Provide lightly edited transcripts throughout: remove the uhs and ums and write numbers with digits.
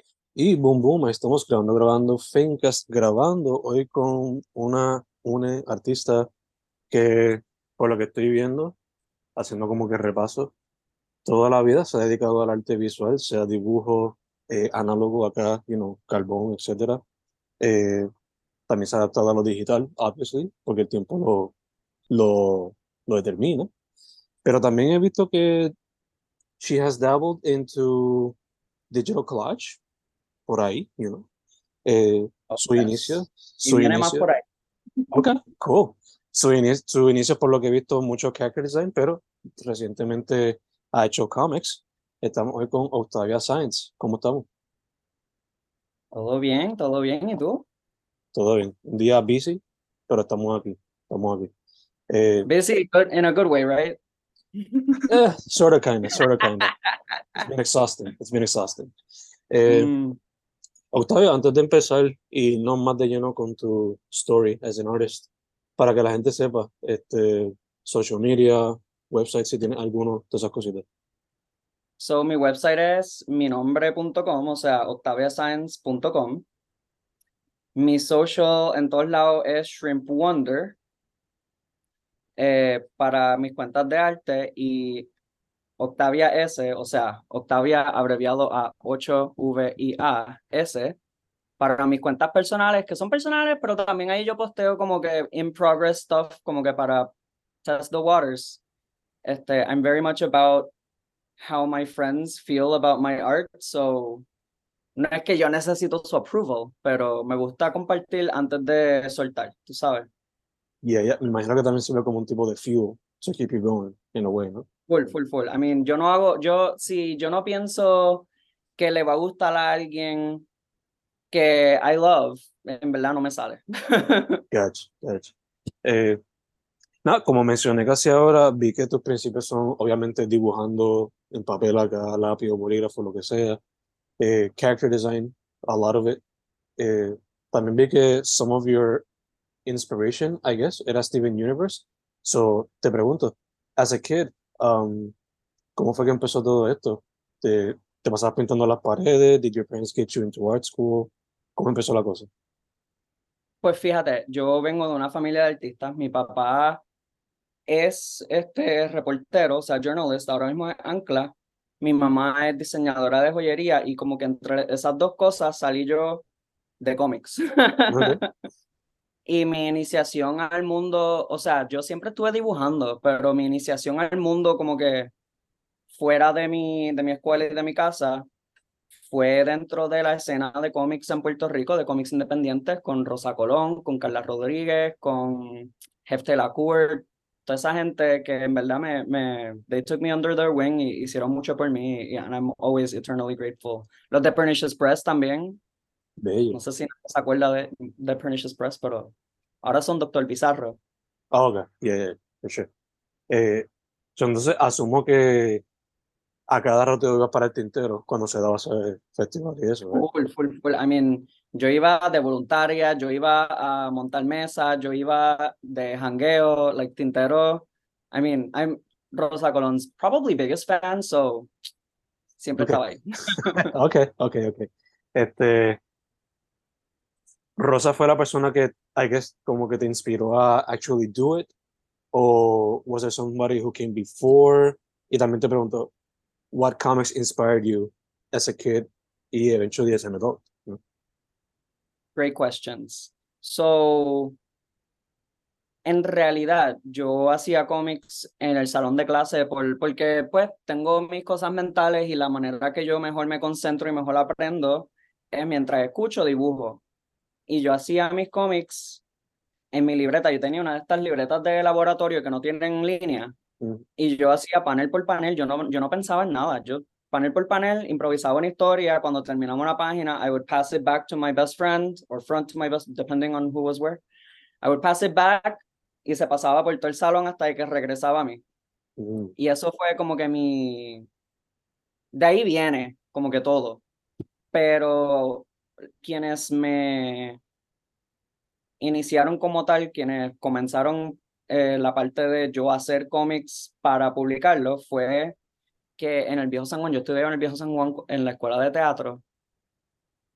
Y boom, boom, ahí estamos grabando Fencast, grabando hoy con una artista que, por lo que estoy viendo, haciendo como que repaso, toda la vida se ha dedicado al arte visual, sea dibujo, análogo acá, carbón, etcétera. Eh, También se ha adaptado a lo digital, obviously, porque el tiempo lo, lo determina. Pero también he visto que she has dabbled into digital collage, por ahí, Oh, su inicio, yes. Y su viene más inicio, por ahí. ok, cool. Su inicio, por lo que he visto, mucho character design, pero recientemente ha hecho comics. Estamos hoy con Octavia Science. ¿Cómo estamos? Todo bien, todo bien. ¿Y tú? Todo bien. Un día busy, pero estamos aquí. Estamos aquí. Eh, Busy, but in a good way, right? sort of, kind of. It's been exhausting. It's been exhausting. Eh, Mm, Octavio, antes de empezar y no más de lleno con tu story as an artist, para que la gente sepa, social media, website, si tienes alguno de esas cositas. so, mi website es minombre.com, o sea, octaviascience.com. Mi social en todos lados es Shrimp Wonder para mis cuentas de arte y Octavia S, o sea, Octavia abreviado a 8VIA S para mis cuentas personales, que son personales, pero también ahí yo posteo como que in progress stuff, como que para test the waters. I'm very much about how my friends feel about my art, so no es que yo necesito su approval, pero me gusta compartir antes de soltar, tú sabes. Y ella, me imagino que también sirve como un tipo de fuel to keep you going, in a way, ¿no? Full, full, full. I mean, yo no hago, si yo no pienso que le va a gustar a alguien que I love, en verdad no me sale. Gotcha, gotcha. Eh, Nada, como mencioné casi ahora, vi que tus principios son obviamente dibujando en papel acá, lápiz o bolígrafo, lo que sea. Character design, a lot of it. Eh, También vi que some of your inspiration, I guess, era Steven Universe. So, te pregunto, as a kid, ¿cómo fue que empezó todo esto? ¿Te pasabas pintando las paredes? Did your parents get you into art school? ¿Cómo empezó la cosa? Pues fíjate, yo vengo de una familia de artistas. Mi papá es reportero, o sea, journalist, ahora mismo es ancla. Mi mamá es diseñadora de joyería y como que entre esas dos cosas salí yo de cómics. Okay. Y mi iniciación al mundo, o sea, yo siempre estuve dibujando, pero mi iniciación al mundo como que fuera de mi escuela y de mi casa fue dentro de la escena de cómics en Puerto Rico, de cómics independientes, con Rosa Colón, con Carla Rodríguez, con Hefte Lacour, toda esa gente que en verdad they took me under their wing y hicieron mucho por mí, and I'm always eternally grateful. Los de Pernicious Press también, Bello. no sé si se acuerda de Pernicious Press, pero ahora son Doctor Pizarro. Ah, ok. Yeah, yeah, for sure. Eh, entonces, asumo que a cada rato ibas para el tintero cuando se daba ese festival y eso, ¿eh? Full, full, full. I mean, yo iba de voluntaria, yo iba a montar mesa, yo iba de jangueo, like tintero. I mean, I'm Rosa Colon's probably biggest fan, so siempre Ok, estaba ahí. ok, ok, ok. Este, Rosa fue la persona que, I guess, como que te inspiró a actually do it, o was there somebody who came before? Y también te pregunto, what comics inspired you as a kid y eventually as an adult, ¿no? Great questions. So, en realidad, yo hacía cómics en el salón de clase porque, pues, tengo mis cosas mentales y la manera que yo mejor me concentro y mejor aprendo es mientras escucho, dibujo. Y yo hacía mis cómics en mi libreta. Yo tenía una de estas libretas de laboratorio que no tienen línea Mm, y yo hacía panel por panel. Yo no pensaba en nada. Yo panel por panel improvisaba una historia. Cuando terminaba una página, I would pass it back to my best friend or front to my best, depending on who was where. I would pass it back y se pasaba por todo el salón hasta que regresaba a mí. mm. Y eso fue como que de ahí viene como que todo. Pero quienes me iniciaron como tal, quienes comenzaron la parte de yo hacer cómics para publicarlo, fue que en el Viejo San Juan, yo estudié en el Viejo San Juan en la escuela de teatro,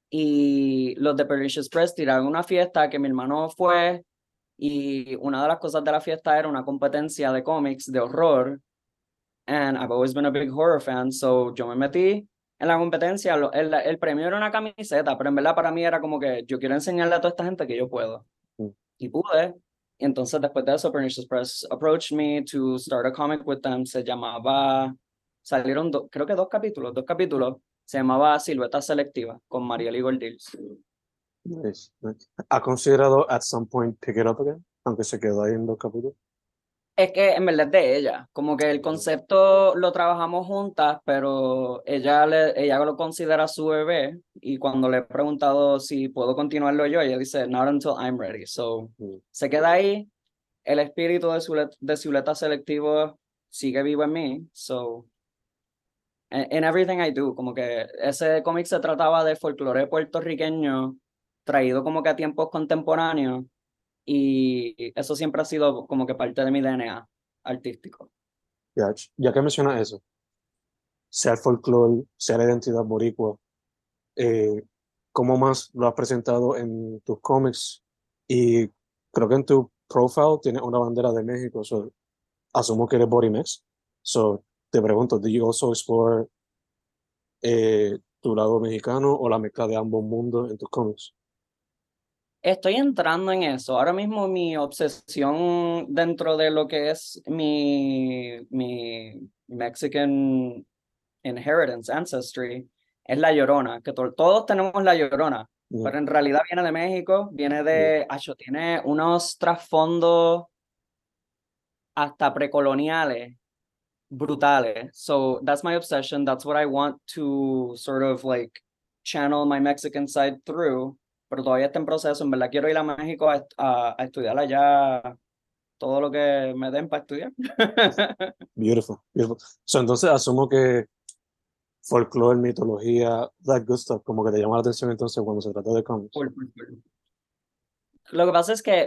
y los de Pericious Press tiraron una fiesta que mi hermano fue y una de las cosas de la fiesta era una competencia de cómics de horror. And I've always been a big horror fan, so yo me metí en la competencia. El premio era una camiseta, pero en verdad para mí era como que yo quiero enseñarle a toda esta gente que yo puedo. Mm. Y pude. Y entonces después de eso, Pernicious Press approached me to start a comic with them. Se llamaba, salieron creo que dos capítulos. Se llamaba Silueta Selectiva con Marieli Gordills. Nice, nice. ¿Ha considerado at some point pick it up again? Aunque se quedó ahí en 2 capítulos. Es que en verdad es de ella, como que el concepto lo trabajamos juntas, pero ella lo considera su bebé y cuando le he preguntado si puedo continuarlo yo, ella dice, not until I'm ready. So, se queda ahí, el espíritu de Zuleta Selectivo sigue vivo en mí, so, in everything I do, como que ese cómic se trataba de folclore puertorriqueño traído como que a tiempos contemporáneos y eso siempre ha sido como que parte de mi DNA artístico. Ya que mencionas eso, sea el folclore, sea la identidad boricua, eh, ¿cómo más lo has presentado en tus cómics? Y creo que en tu profile tienes una bandera de México, so, asumo que eres Borimex. So, te pregunto, ¿do you also explore tu lado mexicano o la mezcla de ambos mundos en tus cómics? Estoy entrando en eso. Ahora mismo mi obsesión dentro de lo que es mi Mexican inheritance, ancestry, es la Llorona, que todos tenemos la Llorona, Mm, pero en realidad viene de México, viene mm, de, tiene unos trasfondos hasta precoloniales brutales. So that's my obsession. That's what I want to sort of like channel my Mexican side through. Pero todavía está en proceso. En verdad quiero ir a México a estudiar allá todo lo que me den para estudiar. beautiful, beautiful. So, entonces asumo que folclore, mitología, that good stuff, como que te llama la atención entonces cuando se trata de cómics. Full, full, full. Lo que pasa es que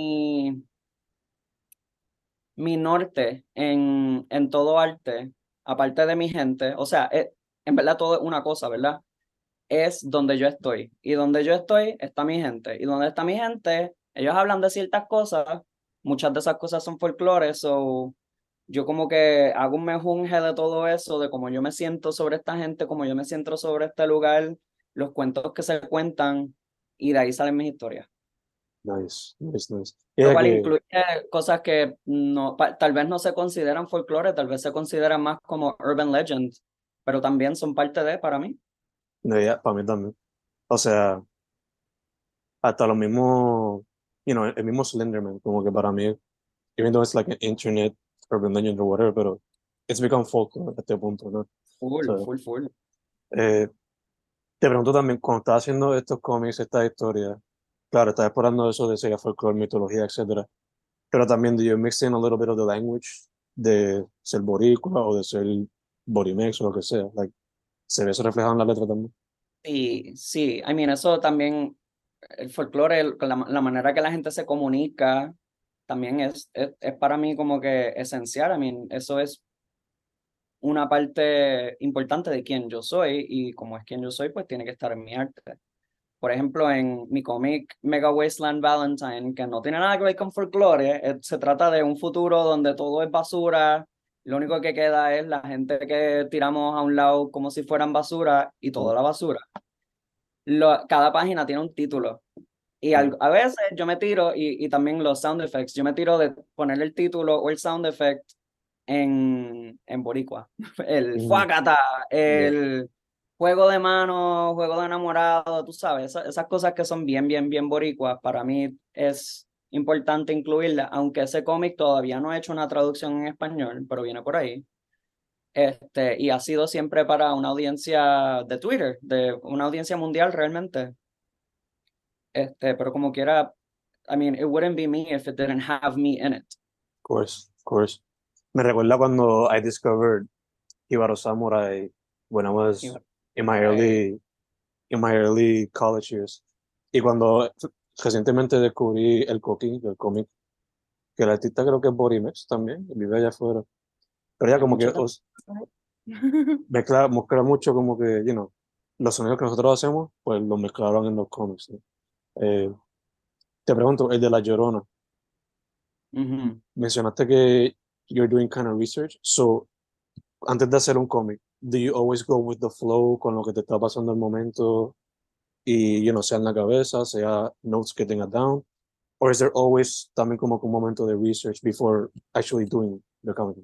mi norte en todo arte, aparte de mi gente, o sea, en verdad todo es una cosa, ¿verdad? Es donde yo estoy. Y donde yo estoy está mi gente. Y donde está mi gente, ellos hablan de ciertas cosas, muchas de esas cosas son folclores, o yo como que hago un mejunje de todo eso, de cómo yo me siento sobre esta gente, cómo yo me siento sobre este lugar, los cuentos que se cuentan, y de ahí salen mis historias. Nice, nice, nice. Lo Yeah, cual que, incluye cosas que no, tal vez no se consideran folclore, tal vez se consideran más como urban legends, pero también son parte de, para mí. no, yeah, para mí también. O sea, hasta lo mismo, el mismo Slenderman, como que para mí, even though it's like an internet urban legend or whatever, pero it's become folklore a este punto, ¿no? Full, So, full, full. eh, te pregunto también, cuando estás haciendo estos cómics, estas historias, claro, estás explorando eso de sería folklore, mitología, etcétera, pero también do you mix in a little bit of the language de ser boricua o de ser borimex o lo que sea, like, se ve eso reflejado en la letra también. Sí, sí, I mean, eso también, el folclore, la manera que la gente se comunica, también es para mí como que esencial. I mean, eso es una parte importante de quién yo soy y como es quien yo soy, pues tiene que estar en mi arte. Por ejemplo, en mi cómic Mega Wasteland Valentine, que no tiene nada que ver con folclore, se trata de un futuro donde todo es basura, lo único que queda es la gente que tiramos a un lado como si fueran basura y Mm, toda la basura. Cada página tiene un título. Y mm, a veces yo me tiro, y también los sound effects, yo me tiro de poner el título o el sound effect en boricua. El mm, fuácata, yeah. el juego de mano, juego de enamorado, tú sabes, esas cosas que son bien, bien, bien boricuas, para mí es importante incluirlas, aunque ese cómic todavía no ha hecho una traducción en español, pero viene por ahí. Y ha sido siempre para una audiencia de Twitter, de una audiencia mundial realmente. Pero como quiera, I mean, it wouldn't be me if it didn't have me in it. Of course, of course. Me recuerda cuando I discovered Hibaro Samurai when I was in my Right. early, in my early college years. Y cuando recientemente descubrí el Coquín, el cómic, que el artista creo que es Borimex también, vive allá afuera. Pero ya Hay como que mucho mezcla mucho como que, los sonidos que nosotros hacemos, pues los mezclaron en los cómics, ¿no? Eh, Te pregunto, el de La Llorona, Ujú. mencionaste que you're doing kind of research, so antes de hacer un cómic, do you always go with the flow con lo que te está pasando en el momento y, sea en la cabeza, sea notes que tengas down, or is there always también como que un momento de research before actually doing the comic?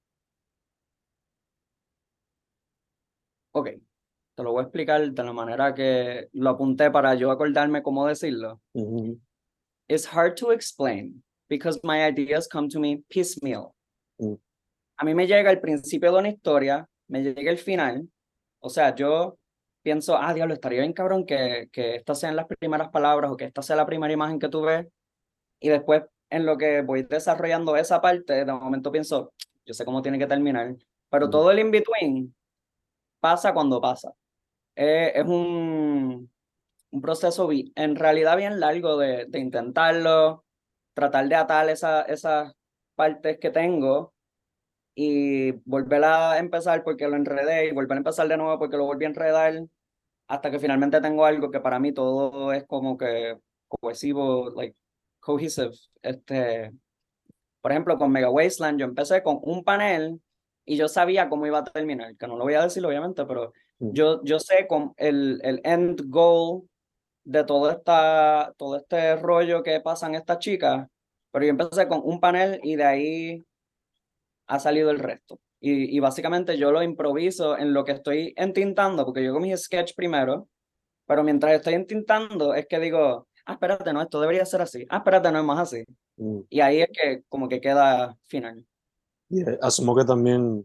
Ok, te lo voy a explicar de la manera que lo apunté para yo acordarme cómo decirlo. Ujú, It's hard to explain because my ideas come to me piecemeal. ujú, A mí me llega el principio de una historia, me llega el final, o sea, yo pienso, diablo, estaría bien cabrón que estas sean las primeras palabras o que esta sea la primera imagen que tú ves, y después en lo que voy desarrollando esa parte, de momento pienso, yo sé cómo tiene que terminar, pero ujú, todo el in-between pasa cuando pasa. Es un proceso en realidad bien largo de intentarlo, tratar de atar esas partes que tengo y volver a empezar porque lo enredé y volver a empezar de nuevo porque lo volví a enredar hasta que finalmente tengo algo que para mí todo es como que cohesivo, like cohesive. Por ejemplo, con Mega Wasteland yo empecé con un panel y yo sabía cómo iba a terminar, que no lo voy a decir obviamente, pero ujú. yo sé con el end goal de todo este rollo que pasan estas chicas, pero yo empecé con un panel y de ahí ha salido el resto. Y básicamente yo lo improviso en lo que estoy entintando, porque yo hago mis sketch primero, pero mientras estoy entintando es que digo, espérate, no, esto debería ser así, espérate, no es más así. Mm. Y ahí es que como que queda final. Yeah, asumo que también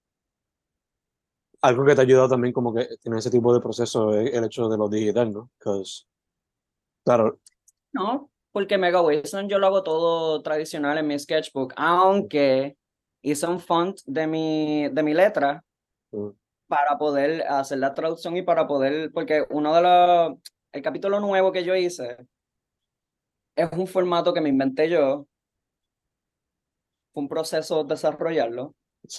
algo que te ha ayudado también como que en ese tipo de proceso es el hecho de lo digital, ¿no? 'Cause, claro, No, porque Mega Wilson yo lo hago todo tradicional en mi sketchbook, aunque hice un font de mi letra mm, para poder hacer la traducción y para poder, porque el capítulo nuevo que yo hice es un formato que me inventé yo, fue un proceso desarrollarlo,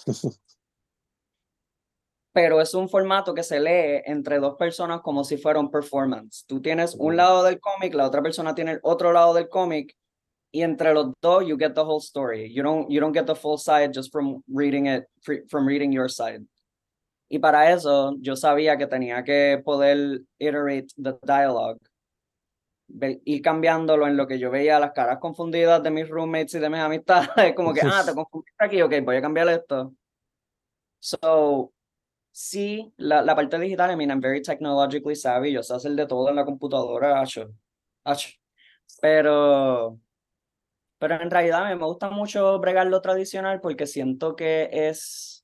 pero es un formato que se lee entre dos personas como si fuera un performance. Tú tienes un mm, lado del cómic, la otra persona tiene el otro lado del cómic, y entre los dos you get the whole story. You don't get the full side just from reading it, from reading your side. Y para eso yo sabía que tenía que poder iterate the dialogue, ir cambiándolo en lo que yo veía las caras confundidas de mis roommates y de mis amistades, como que, te confundiste aquí, ok, voy a cambiar esto. So, sí, la parte digital, I mean, I'm very technologically savvy, yo sé hacer de todo en la computadora, acho, acho. Pero, pero en realidad me gusta mucho bregar lo tradicional porque siento que es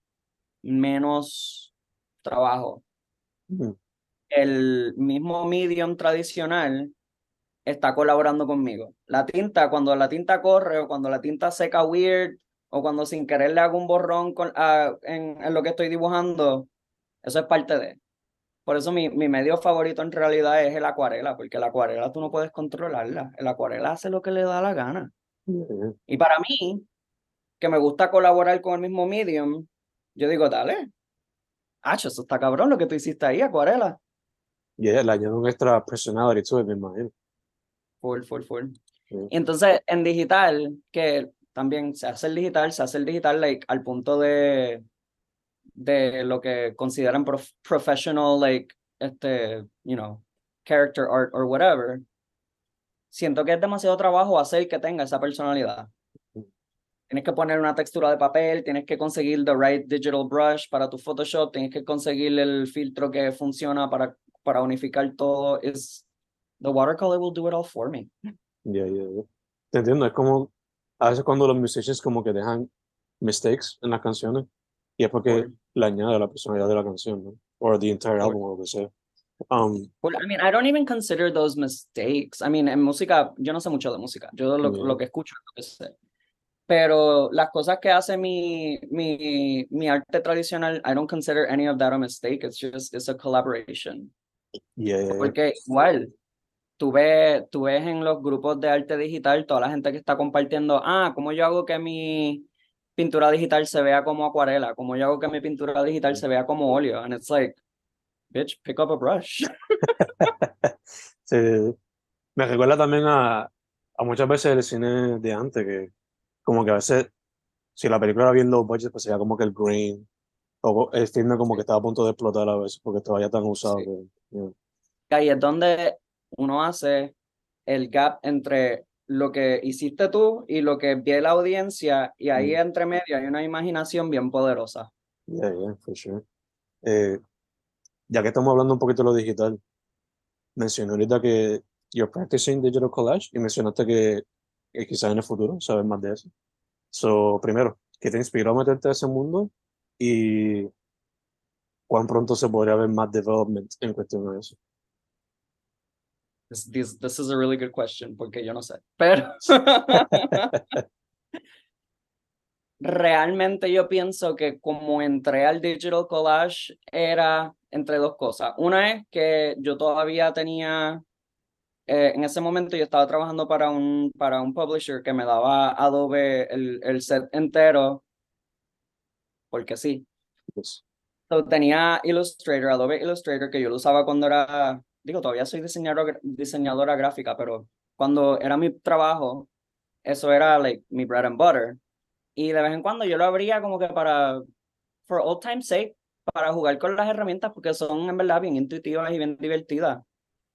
menos trabajo. mm. El mismo medium tradicional está colaborando conmigo. La tinta, cuando la tinta corre o cuando la tinta seca weird o cuando sin querer le hago un borrón en lo que estoy dibujando, eso es parte de. Por eso mi medio favorito en realidad es el acuarela, porque la acuarela tú no puedes controlarla. El acuarela hace lo que le da la gana. Yeah, Y para mí, que me gusta colaborar con el mismo medium, yo digo, dale, eso está cabrón lo que tú hiciste ahí, acuarela. yeah, le añado un extra personality to it, me imagino. Full, full, full. Yeah. Y entonces en digital, que también se hace el digital like, al punto de lo que consideran professional, like, character art or whatever. Siento que es demasiado trabajo hacer que tenga esa personalidad. Tienes que poner una textura de papel, tienes que conseguir the right digital brush para tu Photoshop, tienes que conseguir el filtro que funciona para unificar todo. The watercolor will do it all for me. Yeah, yeah, yeah. Te entiendo, es como a veces cuando los musicians como que dejan mistakes en las canciones y es porque Full, le añade la personalidad de la canción, ¿no? O the entire full. album o lo que sea. Um, Well, I mean, I don't even consider those mistakes. I mean, en música, yo no sé mucho de música. Yo yeah, lo que escucho es lo que sé. Pero las cosas que hace mi arte tradicional, I don't consider any of that a mistake. It's a collaboration. yeah, yeah, yeah. Porque igual, tú ves en los grupos de arte digital toda la gente que está compartiendo, ¿cómo yo hago que mi pintura digital se vea como acuarela? ¿Cómo yo hago que mi pintura digital se vea como óleo? And it's like, bitch, pick up a brush. Sí, me recuerda también a muchas veces el cine de antes, que como que a veces, si la película era bien low budget, pues sería como que el grain, o el filme como que Sí, estaba a punto de explotar a veces, porque todavía tan usado sí. que, you Ahí es donde uno hace el gap entre lo que hiciste tú y lo que ve la audiencia, y ahí know, entre medio hay una imaginación bien poderosa. yeah, for sure. Eh, ya que estamos hablando un poquito de lo digital, mencioné ahorita que you're practicing digital collage y mencionaste que quizás en el futuro sabes más de eso. So, primero, ¿qué te inspiró a meterte a ese mundo? Y cuán pronto se podría ver más development en cuestión de eso. This is a really good question, porque yo no sé. Pero realmente yo pienso que como entré al digital collage era entre dos cosas. Una es que yo todavía tenía, en ese momento yo estaba trabajando para un publisher que me daba Adobe el set entero, porque sí. Pues, So, tenía Illustrator, Adobe Illustrator, que yo lo usaba cuando era, digo, todavía soy diseñadora gráfica, pero cuando era mi trabajo, eso era like mi bread and butter. Y de vez en cuando yo lo abría como que for old time's sake, para jugar con las herramientas, porque son en verdad bien intuitivas y bien divertidas.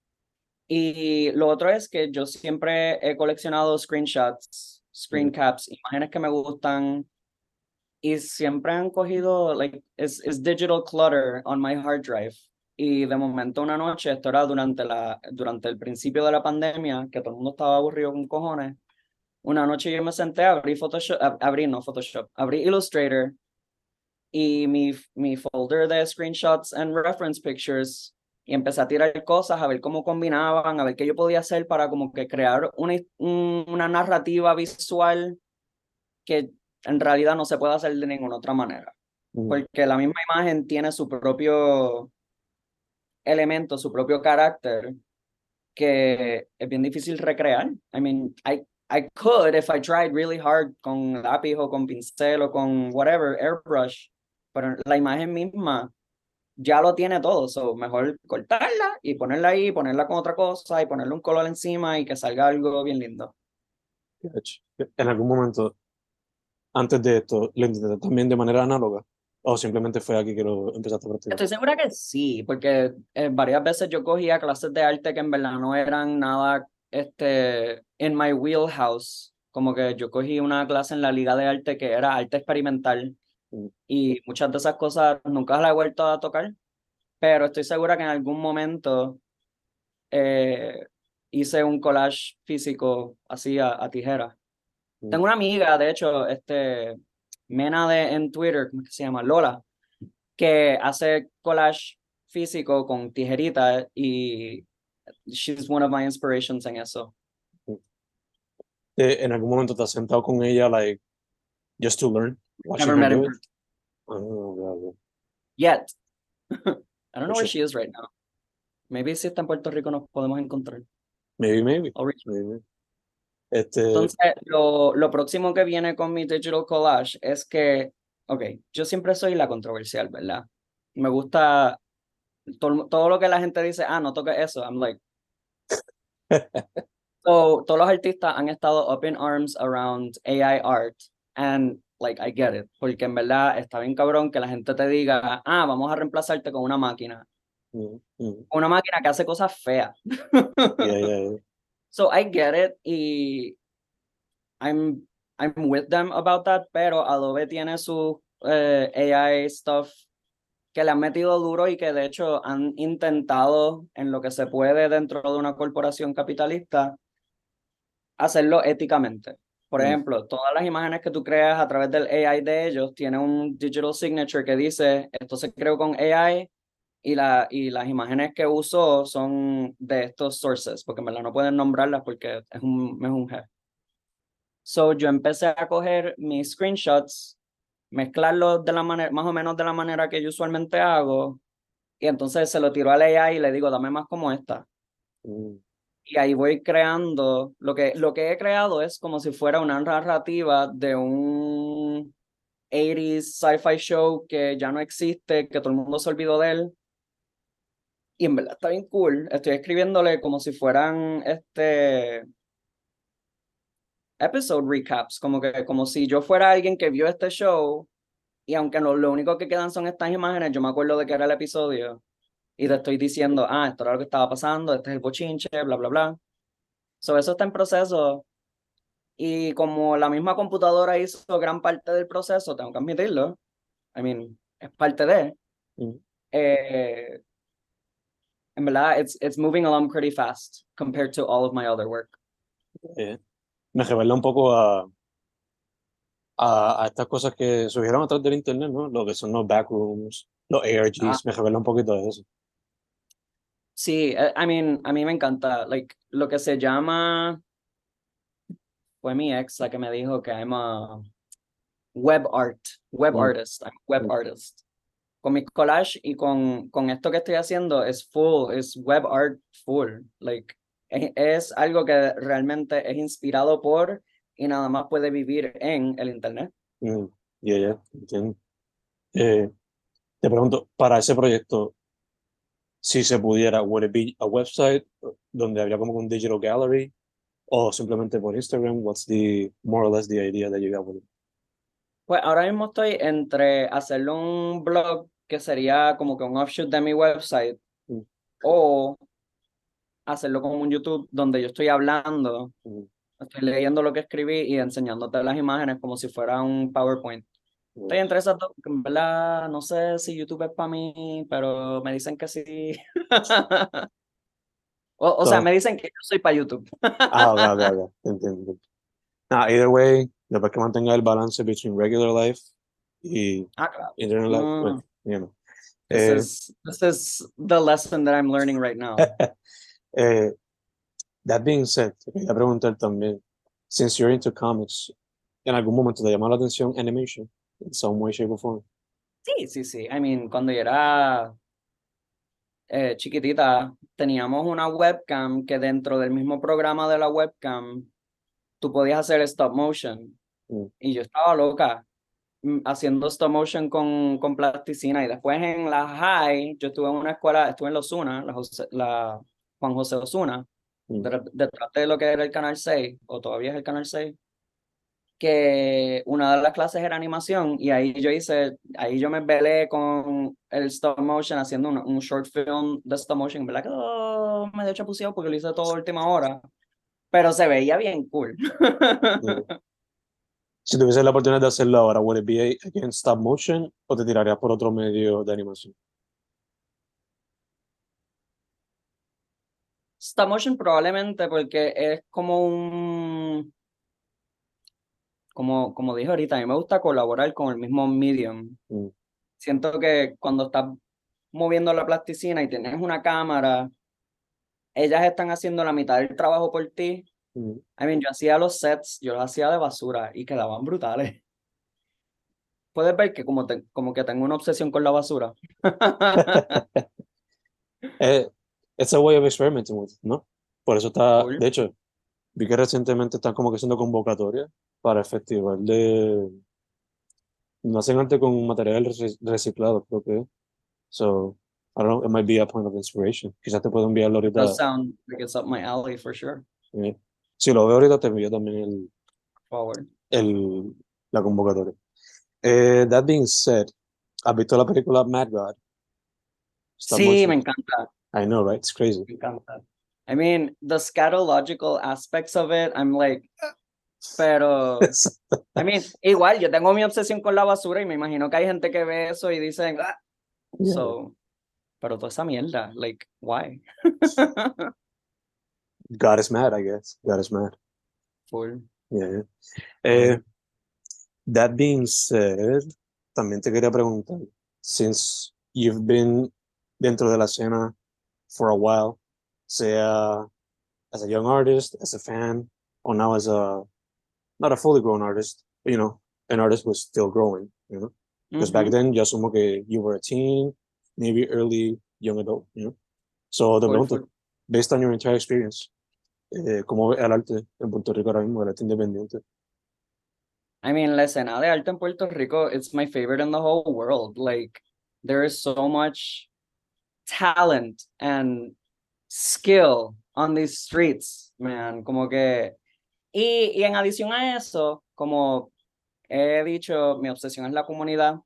Y lo otro es que yo siempre he coleccionado screenshots, screen mm, caps, imágenes que me gustan, y siempre han cogido, like, es digital clutter on my hard drive. Y de momento una noche, esto era durante el principio de la pandemia, que todo el mundo estaba aburrido con cojones, una noche yo me senté, abrí Photoshop, no Photoshop, abrí Illustrator y mi folder de screenshots and reference pictures, y empecé a tirar cosas, a ver cómo combinaban, a ver qué yo podía hacer para como que crear una narrativa visual que en realidad no se puede hacer de ninguna otra manera, mm, porque la misma imagen tiene su propio elemento, su propio carácter, que es bien difícil recrear. I mean, I could if I tried really hard con lápiz o con pincel o con whatever, airbrush, pero la imagen misma ya lo tiene todo, so mejor cortarla y ponerla ahí, ponerla con otra cosa y ponerle un color encima y que salga algo bien lindo. catch. En algún momento, antes de esto, ¿lo intentaste también de manera análoga? ¿O simplemente fue aquí que lo empezaste a practicar? Estoy segura que sí, porque varias veces yo cogía clases de arte que en verdad no eran nada en my wheelhouse. Como que yo cogí una clase en la Liga de Arte que era arte experimental, Mm, y muchas de esas cosas nunca las he vuelto a tocar, pero estoy segura que en algún momento eh, hice un collage físico así a tijera. mm. Tengo una amiga, de hecho, Mena en Twitter, ¿cómo es que se llama? Lola, que hace collage físico con tijeritas, y she's one of my inspirations en eso. En algún momento te has sentado con ella, like, just to learn, watching Never her met do in it? person Oh, yeah, yeah. yet. I don't For know where sure. she is right now. Maybe si está en Puerto Rico nos podemos encontrar. Maybe, maybe. I'll reach. Maybe. Este, Entonces, lo próximo que viene con mi digital collage es que, ok, yo siempre soy la controversial, ¿verdad? Me gusta todo lo que la gente dice, no toques eso. I'm like, so, todos los artistas han estado up in arms around AI art, and like I get it, porque en verdad está bien cabrón que la gente te diga, vamos a reemplazarte mm, mm. con una máquina que hace cosas feas. Yeah, yeah, yeah. So I get it, y I'm I'm with them about that, pero Adobe tiene su AI stuff que le han metido duro, y que de hecho han intentado en lo que se puede dentro de una corporación capitalista hacerlo éticamente. Por Mm, ejemplo, todas las imágenes que tú creas a través del AI de ellos tienen un digital signature que dice, esto se creó con AI, y las imágenes que uso son de estos sources, porque en verdad no pueden nombrarlas porque es un jefe. So, yo empecé a coger mis screenshots, mezclarlos de la manera, más o menos de la manera que yo usualmente hago, y entonces se lo tiro al AI y le digo, dame más como esta. mm, Y ahí voy creando, lo que he creado es como si fuera una narrativa de un 80s sci-fi show que ya no existe, que todo el mundo se olvidó de él, Y en verdad está bien cool. Estoy escribiéndole como si fueran episode recaps, como si yo fuera alguien que vio este show y aunque lo único que quedan son estas imágenes, yo me acuerdo de que era el episodio y te estoy diciendo, esto era lo que estaba pasando, este es el bochinche, bla, bla, bla. Eso está en proceso y como la misma computadora hizo gran parte del proceso, tengo que admitirlo, I mean, es parte de, Mm, eh, en verdad, it's moving along pretty fast compared to all of my other work. eh, Me revela un poco a estas cosas que surgieron a través del internet, ¿no? Lo que son los backrooms, los Ah, ARGs, me revela un poquito de eso. sí, I mean, a mí me encanta, like, lo que se llama, fue mi ex la que me dijo que I'm a web Mm, artist, I'm a web mm, artist. Con mi collage y con esto que estoy haciendo es web art full, like, es algo que realmente es inspirado por y nada más puede vivir en el internet. mm, entiendo. Eh, Te pregunto, para ese proyecto, si se pudiera, would it be a website donde habría como un digital gallery o simplemente por Instagram? What's the more or less the idea that you got with it? Pues ahora mismo estoy entre hacerle un blog que sería como que un offshoot de mi website Mm, o hacerlo como un YouTube donde yo estoy hablando, mm, estoy leyendo lo que escribí y enseñándote las imágenes como si fuera un PowerPoint. mm. Estoy entre esas dos, porque en verdad no sé si YouTube es para mí, pero me dicen que sí. O sea, So, me dicen que yo soy para YouTube. ok, ok, ok, entiendo. Either way, después que mantenga el balance between regular life y Ah, claro. internet life, pues, Mm, you know. this Eh, is this is the lesson that I'm learning right now. eh, that being said, te quería preguntar también, since you're into comics, ¿en algún momento te llamó la atención animation? In some way, shape, or form? Sí, sí, sí. I mean, cuando yo era chiquitita, teníamos una webcam que dentro del mismo programa de la webcam tú podías hacer stop motion. Mm, Y yo estaba loca haciendo stop motion con plasticina. Y después en la high, yo estuve en una escuela, estuve en la Osuna, la Juan José Osuna, mm. detrás de lo que era el Canal 6 o todavía es el Canal 6 que una de las clases era animación y ahí yo me velé con el stop motion haciendo un short film de stop motion, ¿verdad? Que medio chapuceado porque lo hice todo a última hora, pero se veía bien cool. Yeah. Si tuvieses la oportunidad de hacerlo ahora, would it be again stop motion o te tirarías por otro medio de animación? Stop motion probablemente porque es como dije ahorita, a mí me gusta colaborar con el mismo medium. Mm, Siento que cuando estás moviendo la plasticina y tienes una cámara, ellas están haciendo la mitad del trabajo por ti. mm. I mean, yo hacía los sets, yo los hacía de basura y quedaban brutales. Puedes ver que como que tengo una obsesión con la basura. Eh, it's a way of experimenting with, ¿no? Por eso está, Cool. de hecho, vi que recientemente están como que haciendo convocatoria para el festival no hacen arte con material reciclado, creo que es. So, I don't know, it might be a point of inspiration. Quizás te puedo enviarlo It does ahorita. sound like it's up my alley for sure. eh. Si lo veo ahorita, te envío también Forward. el, la convocatoria. That being said, ¿has visto la película Mad God? Stop Sí, motion. me encanta. I know, right? It's crazy. Me encanta. I mean, the scatological aspects of it, I'm like, pero, I mean, igual, yo tengo mi obsesión con la basura y me imagino que hay gente que ve eso y dicen, Yeah. so, pero toda esa mierda, like, why? God is mad, I guess. God is mad. Full, Yeah. full. That being said, también te quería preguntar, since you've been dentro de la escena for a while, sea as a young artist, as a fan, or now as not a fully grown artist, but, an artist who's still growing, Because back Ujú, then, yo asumo que you were a teen, maybe early young adult. So te full, pregunto, full. based on your entire experience, ¿cómo ves el arte en Puerto Rico ahora mismo, el arte independiente? I mean, la escena de arte en Puerto Rico, it's my favorite in the whole world. Like, there is so much talent and skill on these streets, man. Como que, y en adición a eso, como he dicho, mi obsesión es la comunidad.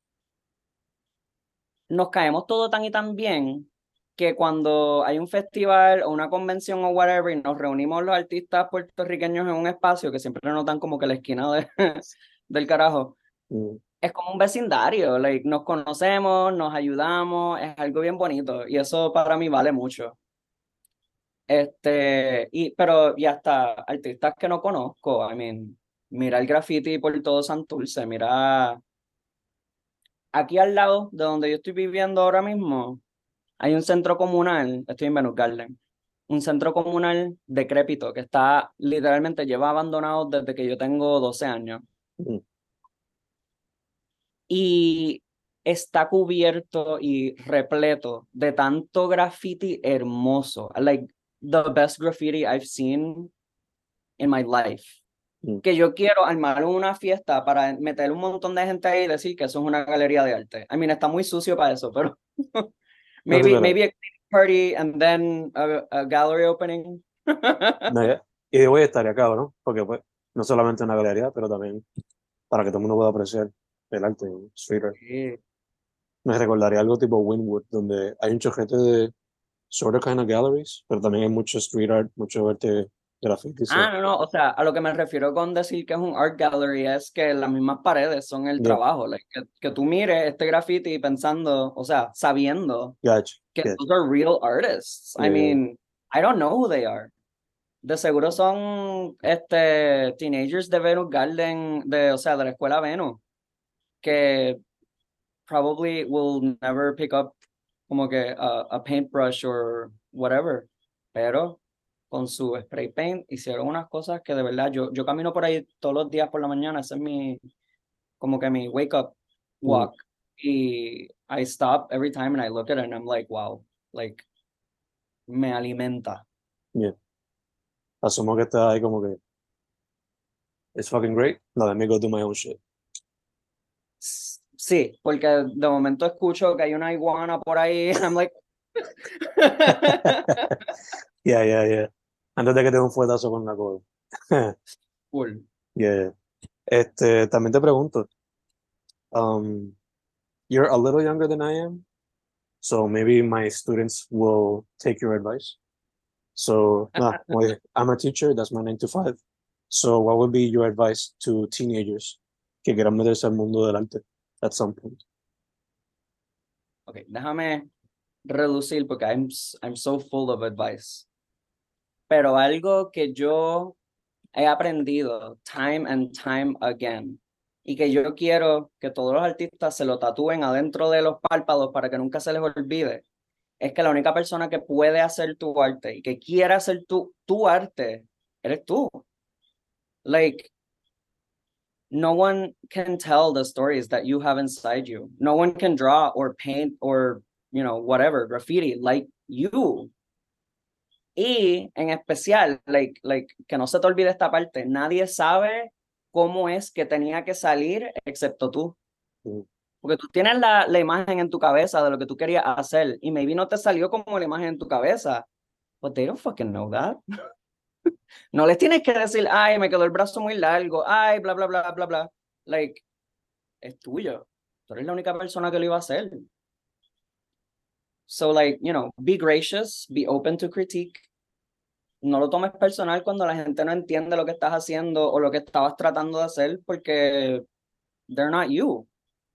Nos caemos todo tan y tan bien que cuando hay un festival o una convención o whatever y nos reunimos los artistas puertorriqueños en un espacio que siempre nos dan como que la esquina del carajo, es como un vecindario, like, nos conocemos, nos ayudamos, es algo bien bonito y eso para mí vale mucho. Pero y hasta artistas que no conozco, I mean, mira el graffiti por todo Santurce, mira aquí al lado de donde yo estoy viviendo ahora mismo, hay un centro comunal, estoy en Venus Garden, un centro comunal decrépito que está literalmente lleva abandonado desde que yo tengo 12 años. Y está cubierto y repleto de tanto graffiti hermoso. Like the best graffiti I've seen in my life. Que yo quiero armar una fiesta para meter un montón de gente ahí y decir que eso es una galería de arte. I mean, está muy sucio para eso, pero maybe a party and then a gallery opening. Y de hoy estaría cabrón, porque pues, no solamente una galería, pero también para que todo el mundo pueda apreciar el arte, street art. Sí. Me recordaría algo tipo Wynwood, donde hay un chojete de sort of kind of galleries, pero también hay mucho street art, mucho arte graffiti. No, o sea, a lo que me refiero con decir que es un art gallery es que las mismas paredes son el trabajo, like, que tú mires este graffiti pensando, o sea, sabiendo que those are real artists. I mean, I don't know who they are. De seguro son teenagers de Venus Garden, o sea, de la escuela Venus, que probably will never pick up como que a paintbrush or whatever, pero con su spray paint hicieron unas cosas que de verdad yo camino por ahí todos los días por la mañana, ese es como que mi wake up walk, y I stop every time and I look at it and I'm like, wow, like, me alimenta. Asumo que está ahí como que it's fucking great, let me go do my own shit. Sí, porque de momento escucho que hay una iguana por ahí and I'm like Yeah. Antes de que te dé un fuetazo con la cola. cool. Yeah. También te pregunto, you're a little younger than I am, so maybe my students will take your advice. So, I'm a teacher, that's my 9 to 5. So, what would be your advice to teenagers que quieran meterse al mundo del arte at some point? Okay, déjame reducir porque I'm so full of advice. Pero algo que yo he aprendido time and time again y que yo quiero que todos los artistas se lo tatúen adentro de los párpados para que nunca se les olvide, es que la única persona que puede hacer tu arte y que quiera hacer tu arte eres tú. Like, no one can tell the stories that you have inside you. No one can draw or paint or, whatever, graffiti like you. Y en especial, que no se te olvide esta parte, nadie sabe cómo es que tenía que salir excepto tú. Porque tú tienes la imagen en tu cabeza de lo que tú querías hacer y maybe no te salió como la imagen en tu cabeza. But they don't fucking know that. No les tienes que decir, ay, me quedó el brazo muy largo, ay, bla, bla, bla, bla, bla. Like, es tuyo. Tú eres la única persona que lo iba a hacer. So, like, be gracious, be open to critique. No lo tomes personal cuando la gente no entiende lo que estás haciendo o lo que estabas tratando de hacer porque they're not you.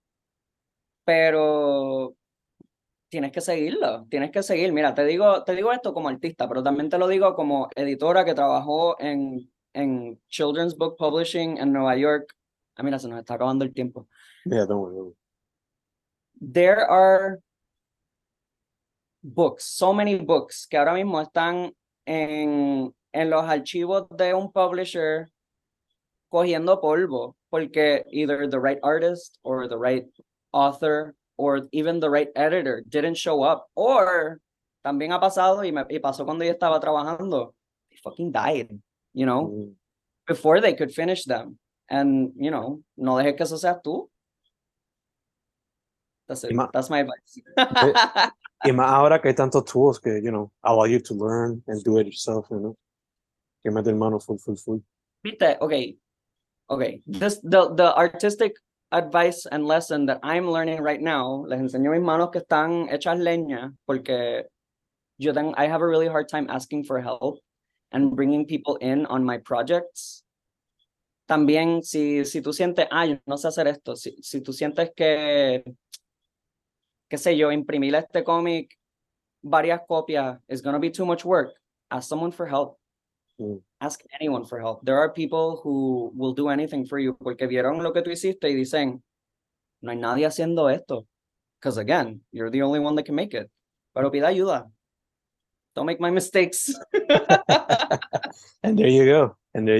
Pero tienes que seguirlo, tienes que seguir. Mira, te digo esto como artista, pero también te lo digo como editora que trabajó en Children's Book Publishing en Nueva York. Mira, se nos está acabando el tiempo. Yeah, don't worry. There are books, so many books, que ahora mismo están en los archivos de un publisher cogiendo polvo, porque either the right artist or the right author or even the right editor didn't show up, or también ha pasado y pasó cuando yo estaba trabajando, they fucking died, before they could finish them, and no dejes que eso seas tú. That's it. That's my advice. Y más ahora que hay tantos tools que, allow you to learn and do it yourself, que mete mano full. ¿Viste? Okay. The artistic advice and lesson that I'm learning right now, les enseño mis manos que están hechas leña, porque I have a really hard time asking for help and bringing people in on my projects. También, si tú sientes, yo no sé hacer esto, si tú sientes que, qué sé yo, imprimir este cómic, varias copias, is going to be too much work, ask someone for help. Ask anyone for help. There are people who will do anything for you porque vieron lo que tú hiciste y dicen, no hay nadie haciendo esto. Because again, you're the only one that can make it. Pero pida ayuda. Don't make my mistakes. And there you go.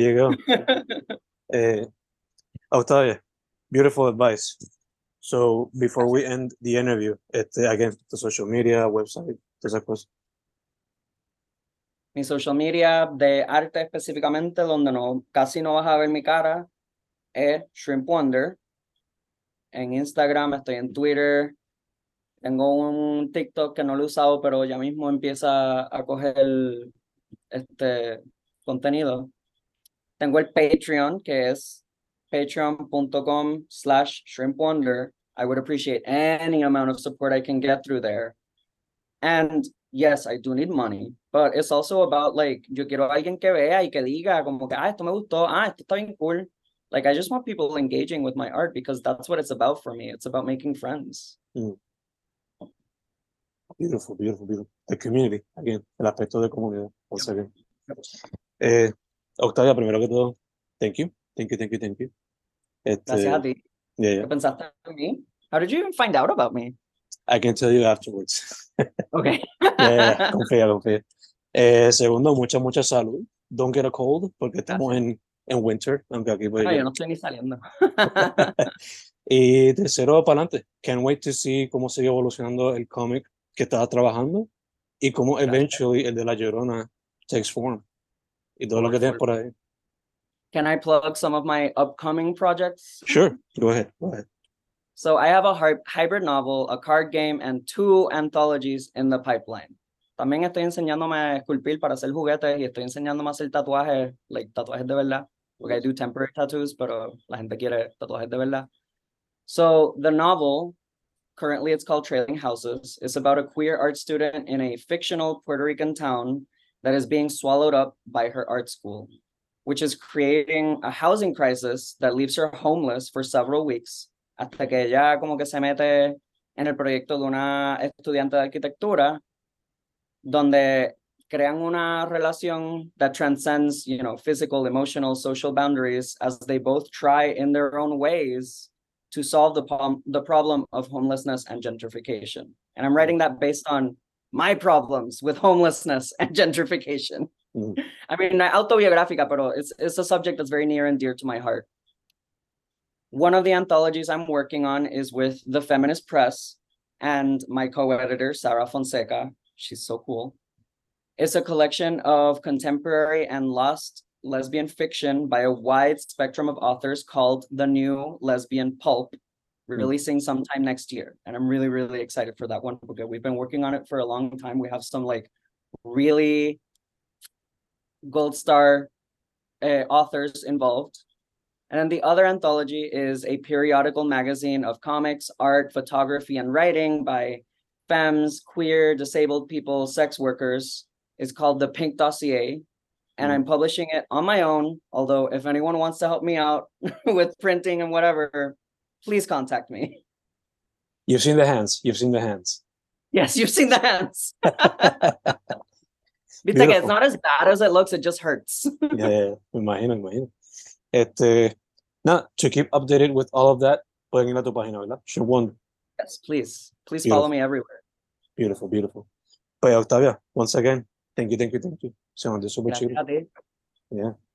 Octavia, beautiful advice. So before we end the interview, again, the social media, website, esas cosas. Mi social media de arte específicamente, donde casi no vas a ver mi cara, es Shrimp Wonder. En Instagram, estoy en Twitter. Tengo un TikTok que no lo he usado, pero ya mismo empieza a coger este contenido. Tengo el Patreon, que es patreon.com/shrimpwonder. I would appreciate any amount of support I can get through there. And yes, I do need money, but it's also about like, yo quiero a alguien que vea y que diga como que, esto me gustó, esto está bien cool. Like, I just want people engaging with my art because that's what it's about for me. It's about making friends. Beautiful. The community, again, el aspecto de comunidad. Once again. Octavia, primero que todo, thank you. Gracias a ti. Yeah. ¿Qué pensaste de mí? How did you even find out about me? I can tell you afterwards. Okay. Yeah, confía. Segundo, mucha salud. Don't get a cold, porque estamos en winter, aunque aquí pues, yo no estoy ni saliendo. Y tercero, para adelante. Can't wait to see cómo sigue evolucionando el cómic que estás trabajando y cómo eventually el de La Llorona takes form. Y todo lo que tienes por ahí. Can I plug some of my upcoming projects? Sure, go ahead. So I have a hybrid novel, a card game, and 2 anthologies in the pipeline. También estoy enseñándome a esculpir para hacer juguetes y estoy enseñándome a hacer tatuajes, like tatuajes de verdad. Porque I do temporary tattoos, pero la gente quiere tatuajes de verdad. So the novel, currently it's called Trailing Houses, is about a queer art student in a fictional Puerto Rican town that is being swallowed up by her art school, which is creating a housing crisis that leaves her homeless for several weeks, hasta que ella como que se mete en el proyecto de una estudiante de arquitectura, donde crean una relación that transcends, physical, emotional, social boundaries as they both try in their own ways to solve the problem of homelessness and gentrification. And I'm writing that based on my problems with homelessness and gentrification. I mean, autobiográfica, pero it's a subject that's very near and dear to my heart. One of the anthologies I'm working on is with The Feminist Press and my co-editor, Sarah Fonseca. She's so cool. It's a collection of contemporary and lost lesbian fiction by a wide spectrum of authors called The New Lesbian Pulp, releasing sometime next year. And I'm really, really excited for that one because we've been working on it for a long time. We have some like really gold star authors involved. And then the other anthology is a periodical magazine of comics, art, photography, and writing by femmes, queer, disabled people, sex workers. It's called The Pink Dossier. And I'm publishing it on my own. Although if anyone wants to help me out with printing and whatever, please contact me. You've seen the hands. Yes, you've seen the hands. It's like, it's not as bad as it looks. It just hurts. Yeah, imagino. To keep updated with all of that, pueden ir a tu página, ¿verdad? Shrimp Wonder. Yes, please. Please follow me everywhere. Beautiful. Pues Octavia, once again, thank you. Se nos dio súper chido. Gracias a ti. Yeah.